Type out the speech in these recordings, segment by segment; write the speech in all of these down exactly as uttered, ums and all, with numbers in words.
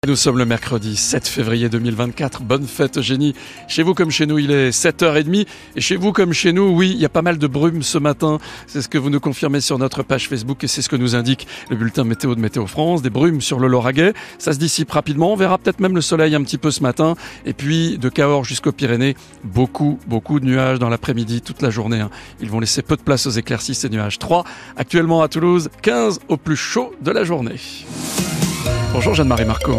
Nous sommes le mercredi sept février deux mille vingt-quatre. Bonne fête Eugénie. Chez vous comme chez nous, il est sept heures trente. Et chez vous comme chez nous, oui, il y a pas mal de brume ce matin. C'est ce que vous nous confirmez sur notre page Facebook et c'est ce que nous indique le bulletin météo de Météo France. Des brumes sur le Lauragais. Ça se dissipe rapidement. On verra peut-être même le soleil un petit peu ce matin. Et puis de Cahors jusqu'aux Pyrénées, beaucoup, beaucoup de nuages dans l'après-midi, toute la journée. Hein. Ils vont laisser peu de place aux éclaircies, ces nuages. trois actuellement à Toulouse, quinze au plus chaud de la journée. Bonjour Jeanne-Marie Marco.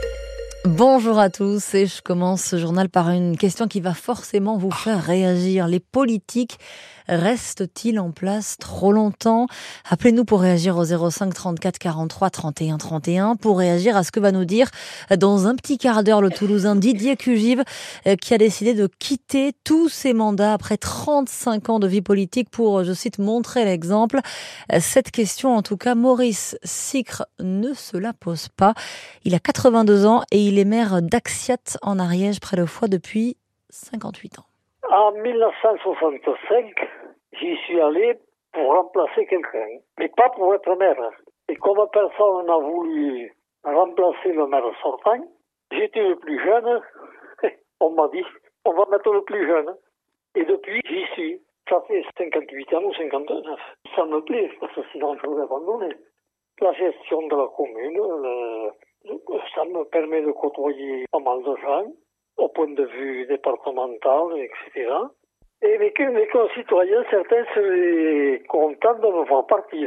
Bonjour à tous et je commence ce journal par une question qui va forcément vous faire réagir. Les politiques restent-ils en place trop longtemps ? Appelez-nous pour réagir au zéro cinq trente-quatre quarante-trois trente et un trente et un pour réagir à ce que va nous dire dans un petit quart d'heure le Toulousain Didier Cugive qui a décidé de quitter tous ses mandats après trente-cinq ans de vie politique pour, je cite, montrer l'exemple. Cette question, en tout cas, Maurice Sicre ne se la pose pas. Il a quatre-vingt-deux ans et il est maire d'Axiat en Ariège près de Foix depuis cinquante-huit ans. En mille neuf cent soixante-cinq, j'y suis allé pour remplacer quelqu'un, mais pas pour être maire. Et comme personne n'a voulu remplacer le maire sortant, j'étais le plus jeune, on m'a dit, on va mettre le plus jeune. Et depuis, j'y suis. Ça fait cinquante-huit ans ou cinquante-neuf. Ça me plaît, parce que sinon je voulais abandonner. La gestion de la commune, le, ça me permet de côtoyer pas mal de gens, au point de vue départemental, et cetera. Et mes, mes concitoyens, certains seraient contents de me voir partir.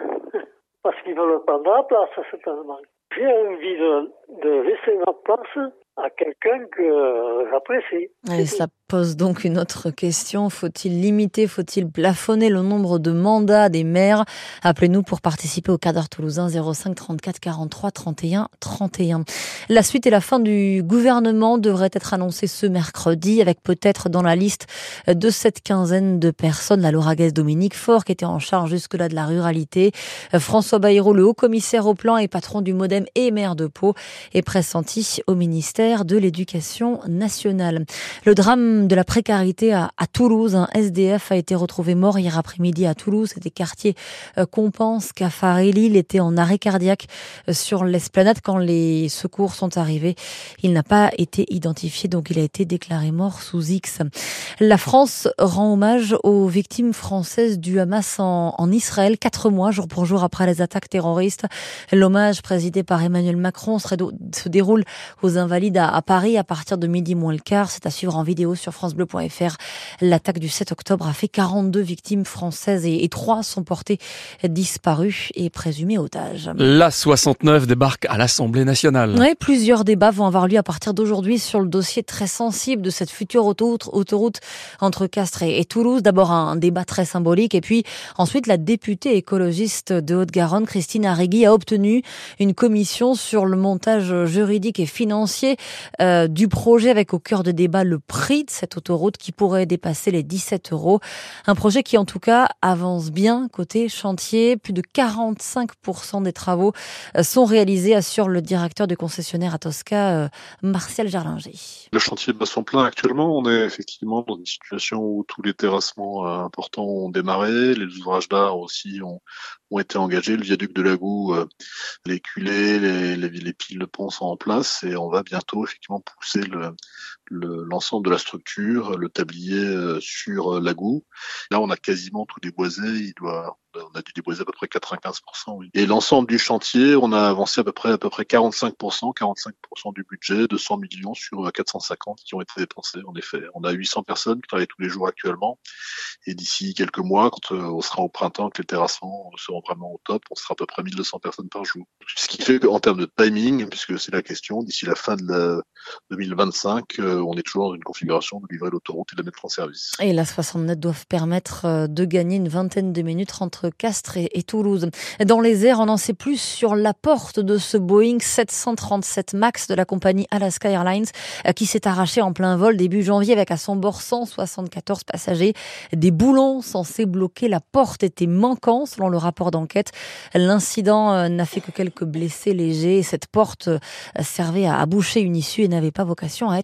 Parce qu'ils veulent prendre la place, certainement. J'ai envie de, de laisser ma place à quelqu'un que j'apprécie. Et ça pose donc une autre question. Faut-il limiter, faut-il plafonner le nombre de mandats des maires ? Appelez-nous pour participer au quart d'heure toulousain zéro cinq trente-quatre quarante-trois trente et un trente et un. La suite et la fin du gouvernement devraient être annoncées ce mercredi avec peut-être dans la liste de cette quinzaine de personnes la lauragaise Dominique Faure qui était en charge jusque-là de la ruralité. François Bayrou, le haut-commissaire au plan et patron du Modem et maire de Pau, est pressenti au ministère de l'Éducation nationale. Le drame de la précarité à, à Toulouse, un S D F a été retrouvé mort hier après-midi à Toulouse. C'était quartier euh, Compense, Caffarelli. Il était en arrêt cardiaque euh, sur l'esplanade quand les secours sont arrivés. Il n'a pas été identifié, donc il a été déclaré mort sous X. La France rend hommage aux victimes françaises du Hamas en, en Israël, quatre mois, jour pour jour après les attaques terroristes. L'hommage présidé par Emmanuel Macron se déroule aux Invalides à Paris à partir de midi moins le quart. C'est à suivre en vidéo sur francebleu point fr. L'attaque du sept octobre a fait quarante-deux victimes françaises et, et trois sont portées disparues et présumées otages. La soixante-neuf débarque à l'Assemblée nationale. Oui, plusieurs débats vont avoir lieu à partir d'aujourd'hui sur le dossier très sensible de cette future autoroute, autoroute entre Castres et, et Toulouse. D'abord un, un débat très symbolique et puis ensuite la députée écologiste de Haute-Garonne, Christine Arrigui, a obtenu une commission sur le montage juridique et financier Euh, du projet avec au cœur de débat le prix de cette autoroute qui pourrait dépasser les dix-sept euros. Un projet qui en tout cas avance bien côté chantier. Plus de quarante-cinq pour cent des travaux euh, sont réalisés, assure le directeur du concessionnaire à Tosca, euh, Martial Gerlinger. Le chantier bat son plein actuellement. On est effectivement dans une situation où tous les terrassements euh, importants ont démarré. Les ouvrages d'art aussi ont, ont été engagés. Le viaduc de Lagou, euh, les culées, les, les, les piles de pont sont en place et on va bientôt effectivement pousser le, le, l'ensemble de la structure, le tablier euh, sur Lagou. Là, on a quasiment tout déboisé. Il doit, on a dû déboiser à peu près quatre-vingt-quinze pour cent. Oui. Et l'ensemble du chantier, on a avancé à peu près à peu près quarante-cinq pour cent, quarante-cinq pour cent du budget, deux cents millions sur quatre cent cinquante qui ont été dépensés. En effet, on a huit cents personnes qui travaillent tous les jours actuellement. Et d'ici quelques mois, quand on sera au printemps, que les terrassements seront vraiment au top, on sera à peu près mille deux cents personnes par jour. Ce qui fait qu'en termes de timing, puisque c'est la question, d'ici la fin de la deux mille vingt-cinq, euh, on est toujours dans une configuration de livrer l'autoroute et de la mettre en service. Et la soixante-neuf doivent permettre de gagner une vingtaine de minutes entre Castres et, et Toulouse. Dans les airs, on en sait plus sur la porte de ce Boeing sept cent trente-sept MAX de la compagnie Alaska Airlines qui s'est arraché en plein vol début janvier avec à son bord cent soixante-quatorze passagers. Des boulons censés bloquer la porte étaient manquants selon le rapport d'enquête. L'incident n'a fait que quelques blessés légers. Cette porte servait à boucher une issue et n'avait pas vocation à être ouverte.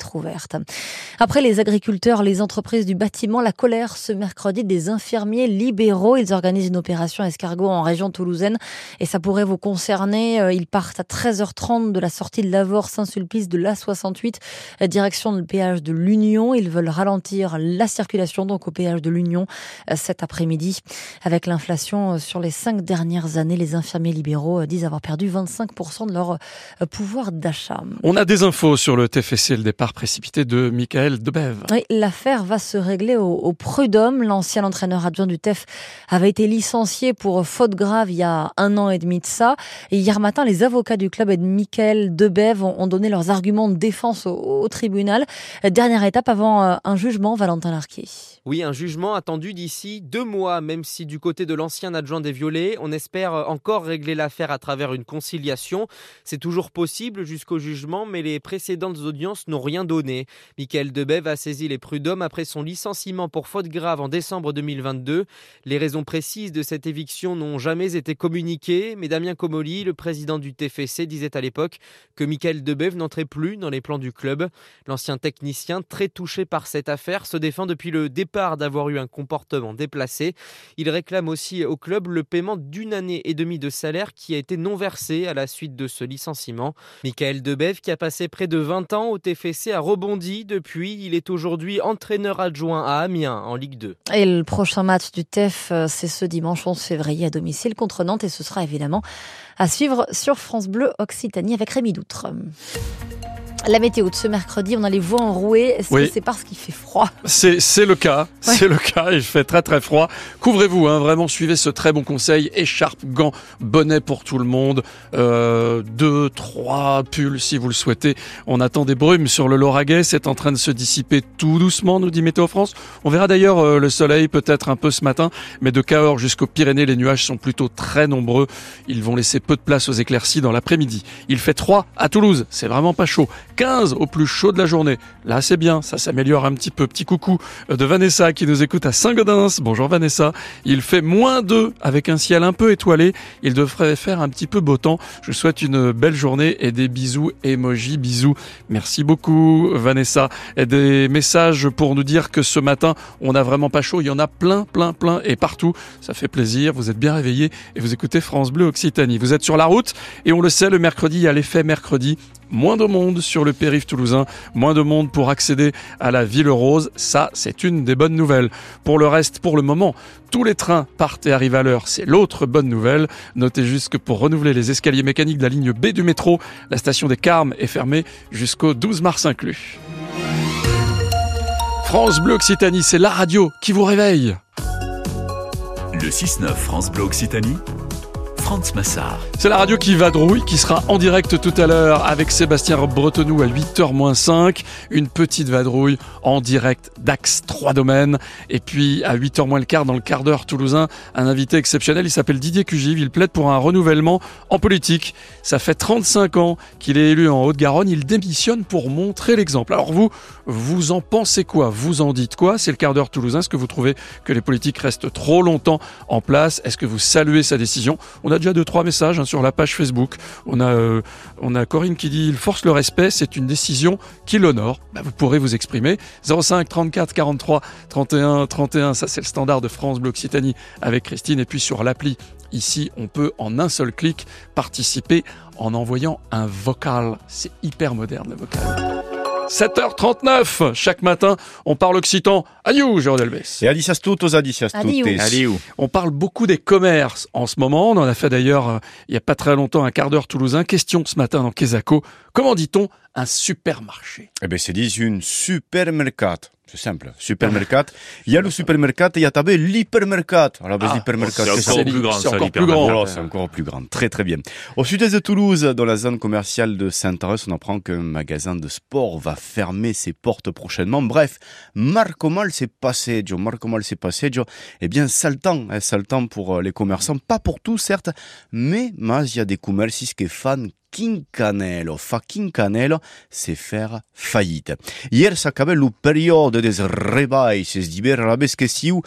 ouverte. Après les agriculteurs, les entreprises du bâtiment, la colère ce mercredi des infirmiers libéraux. Ils organisent une opération escargot en région toulousaine et ça pourrait vous concerner. Ils partent à treize heures trente de la sortie de Lavore Saint-Sulpice de l'A soixante-huit, direction le péage de l'Union. Ils veulent ralentir la circulation donc au péage de l'Union cet après-midi. Avec l'inflation sur les cinq dernières années, les infirmiers libéraux disent avoir perdu vingt-cinq pour cent de leur pouvoir d'achat. On a des infos sur le T F C, le départ précipité de Michael Debève. Oui, l'affaire va se régler au, au prud'homme. L'ancien entraîneur adjoint du T E F avait été licencié pour faute grave il y a un an et demi de ça. Et hier matin, les avocats du club et de Michael Debève ont, ont donné leurs arguments de défense au, au tribunal. Dernière étape avant un jugement, Valentin Larquier. Oui, un jugement attendu d'ici deux mois, même si du côté de l'ancien adjoint des Violets, on espère encore régler l'affaire à travers une conciliation. C'est toujours possible jusqu'au jugement, mais les précédentes audiences n'ont rien donné. Michael Debève a saisi les prud'hommes après son licenciement pour faute grave en décembre deux mille vingt-deux. Les raisons précises de cette éviction n'ont jamais été communiquées, mais Damien Comolli, le président du T F C, disait à l'époque que Michael Debève n'entrait plus dans les plans du club. L'ancien technicien, très touché par cette affaire, se défend depuis le départ d'avoir eu un comportement déplacé. Il réclame aussi au club le paiement d'une année et demie de salaire qui a été non versé à la suite de ce licenciement. Michael Debève, qui a passé près de vingt ans au T F C, a rebondi depuis. Il est aujourd'hui entraîneur adjoint à Amiens en Ligue deux. Et le prochain match du T E F, c'est ce dimanche onze février à domicile contre Nantes et ce sera évidemment à suivre sur France Bleu Occitanie avec Rémi Doutre. La météo de ce mercredi, on a les voies enrouées. Est-ce oui. que c'est parce qu'il fait froid ? C'est, c'est le cas. Ouais. C'est le cas. Il fait très très froid. Couvrez-vous, hein, vraiment, suivez ce très bon conseil. Écharpe, gants, bonnet pour tout le monde. Euh, deux, trois pulls si vous le souhaitez. On attend des brumes sur le Lauragais. C'est en train de se dissiper tout doucement, nous dit Météo France. On verra d'ailleurs euh, le soleil peut-être un peu ce matin. Mais de Cahors jusqu'aux Pyrénées, les nuages sont plutôt très nombreux. Ils vont laisser peu de place aux éclaircies dans l'après-midi. Il fait trois à Toulouse. C'est vraiment pas chaud. quinze au plus chaud de la journée. Là, c'est bien, ça s'améliore un petit peu. Petit coucou de Vanessa qui nous écoute à Saint-Gaudens. Bonjour Vanessa. Il fait moins deux avec un ciel un peu étoilé. Il devrait faire un petit peu beau temps. Je vous souhaite une belle journée et des bisous, emoji, bisous. Merci beaucoup Vanessa. Et des messages pour nous dire que ce matin, on n'a vraiment pas chaud. Il y en a plein, plein, plein et partout. Ça fait plaisir. Vous êtes bien réveillés et vous écoutez France Bleu Occitanie. Vous êtes sur la route et on le sait, le mercredi, il y a l'effet mercredi. Moins de monde sur le périph' toulousain, moins de monde pour accéder à la Ville Rose. Ça, c'est une des bonnes nouvelles. Pour le reste, pour le moment, tous les trains partent et arrivent à l'heure. C'est l'autre bonne nouvelle. Notez juste que pour renouveler les escaliers mécaniques de la ligne B du métro, la station des Carmes est fermée jusqu'au douze mars inclus. France Bleu Occitanie, c'est la radio qui vous réveille. Le six neuf France Bleu Occitanie, Franz Massard. C'est la radio qui vadrouille, qui sera en direct tout à l'heure avec Sébastien Bretonou à huit heures moins cinq. Une petite vadrouille en direct d'Axe trois Domaines. Et puis à huit heures moins le quart dans le quart d'heure toulousain, un invité exceptionnel, il s'appelle Didier Cugive. Il plaide pour un renouvellement en politique. Ça fait trente-cinq ans qu'il est élu en Haute-Garonne. Il démissionne pour montrer l'exemple. Alors vous, vous en pensez quoi ? Vous en dites quoi ? C'est le quart d'heure toulousain. Est-ce que vous trouvez que les politiques restent trop longtemps en place ? Est-ce que vous saluez sa décision ? On a déjà deux, trois messages hein, sur la page Facebook. On a, euh, on a Corinne qui dit « Il force le respect, c'est une décision qui l'honore. Bah, » Vous pourrez vous exprimer. zéro cinq trente-quatre quarante-trois trente et un trente et un, ça c'est le standard de France Bleu Occitanie avec Christine. Et puis sur l'appli, ici, on peut en un seul clic participer en envoyant un vocal. C'est hyper moderne le vocal. sept heures trente-neuf, chaque matin, on parle occitan. Adieu, Jérôme Delbès. Et adicias tutos, adicias tutes. Adieu. On parle beaucoup des commerces en ce moment. On en a fait d'ailleurs, euh, il n'y a pas très longtemps, un quart d'heure toulousain. Question ce matin dans Quesaco. Comment dit-on un supermarché ? Eh ben, c'est dit une supermercat. C'est simple. Supermercat. Il y a le supermercat et il y a tabé l'hypermercat. Alors, ben, Ah, l'hypermercat, c'est c'est encore ça. plus grand, c'est ça, encore plus l'hypermarché. grand. Oh, c'est encore plus grand. Très, très bien. Au sud-est de Toulouse, dans la zone commerciale de Saint-Arès, on apprend qu'un magasin de sport va fermer ses portes prochainement. Bref, Marco mal s'est passé, Joe. Marco mal s'est passé, Joe. Eh bien, sale temps, hein, sale temps pour les commerçants. Pas pour tous, certes, mais, mais il y a des commerces qui fan quincanello. Fa quincanello, c'est faire faillite. Hier s'acabait la période des rebaixes d'hiver a la besquessiu.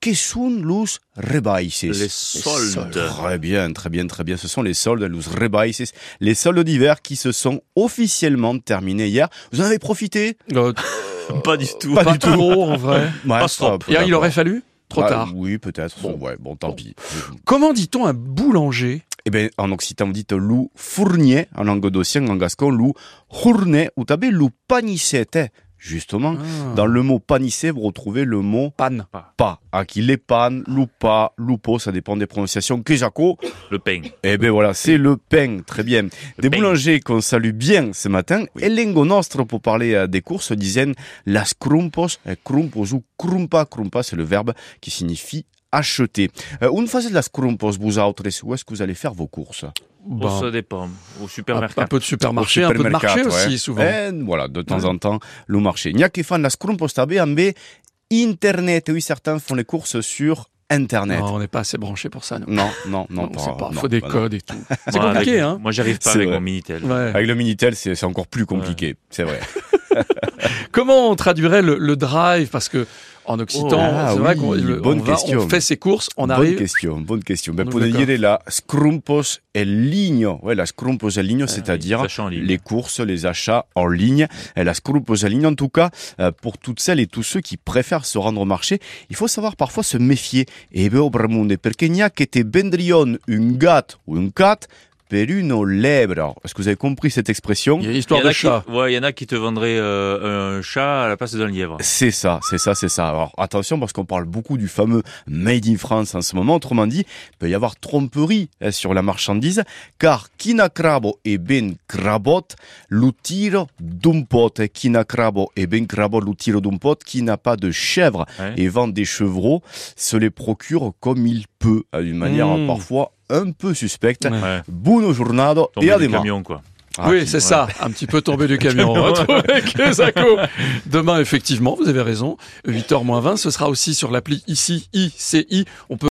Que sont los rebaixes? Les soldes. Très bien, très bien, très bien. Ce sont les soldes, los rebaixes, les soldes d'hiver qui se sont officiellement terminés hier. Vous en avez profité? Euh, Pas du tout. Pas, pas trop, en vrai. Ouais, Pas trop. peu Et il d'accord. aurait fallu? Trop Ah, tard. Oui, peut-être. Bon. Ouais, bon, tant Bon. pis. Comment dit-on un boulanger? Eh bien, en occitan, vous dites loup fournier, en languedocien, en gascon, loup fournier, ou t'avez loup panicette. Justement, Ah. dans le mot panisser, vous retrouvez le mot Panne. pas. À qui les pan, loupa, loupo, ça dépend des prononciations. Que Jaco, Le pain. eh ben voilà, c'est le pain, très bien. Des pain. boulangers qu'on salue bien ce matin. Et Lengo Nostro, pour parler euh, des courses, disaient las crumpos, eh, crumpos ou crumpa, crumpa, c'est le verbe qui signifie acheter. Euh, une phase de las crumpos, vous autres, où est-ce que vous allez faire vos courses? Ben, Ça dépend. Au un, supermarché. un peu de supermarché, Au un peu de marché supermercat, aussi, ouais. souvent. Eh, voilà, de temps Ouais. en temps, le marché. Il n'y a qui fan las crumpos tabe en B, Internet. Oui, certains font les courses sur Internet. Non, on n'est pas assez branché pour ça, non. Non, non, non, Non, pas. c'est pas. non, faut des bah non. codes et tout. C'est Moi, compliqué, avec- hein. Moi, j'arrive pas C'est avec vrai. mon Minitel. Ouais. Avec le Minitel, c'est c'est encore plus compliqué, c'est vrai. Comment on traduirait le, le drive? Parce que en occitan, Oh, ah c'est vrai oui, qu'on le- bonne on, va- question. on fait ses courses, on bonne arrive. question, bonne question. Ben, On est pour d'accord. dire la scrumpos et ligno. Ouais, la scrumpos et ligno, c'est-à-dire les achats en ligne. les courses, les achats en ligne. Et la scrumpos et ligno, en tout cas, euh, pour toutes celles et tous ceux qui préfèrent se rendre au marché, il faut savoir parfois se méfier. Et ben, au Bramunde, perché n'y a que te vendrion un gat ou un cat per une lèvre. Alors, est-ce que vous avez compris cette expression? Il y a Il y l'histoire en de a qui, chat. ouais, il y en a qui te vendraient euh, un chat à la place d'un lièvre. C'est ça, c'est ça, c'est ça. Alors attention parce qu'on parle beaucoup du fameux Made in France en ce moment. Autrement dit, il peut y avoir tromperie hein, sur la marchandise, car qui n'a crabo et ben crabot, l'utiro d'un pot. Qui n'a crabo et ben crabot, l'utiro d'un pot, qui n'a pas de chèvre Ouais. et vend des chevreaux, se les procure comme il peut, hein, d'une manière Mmh. parfois un peu suspecte. Ouais. Ouais. Buono giornado Tomber et à du des mains. camion, quoi. Ah, oui, qui- c'est ça, un petit peu tombé du camion. On va retrouver Kezako. Demain, effectivement, vous avez raison, huit heures moins vingt, ce sera aussi sur l'appli ici, I C I. On peut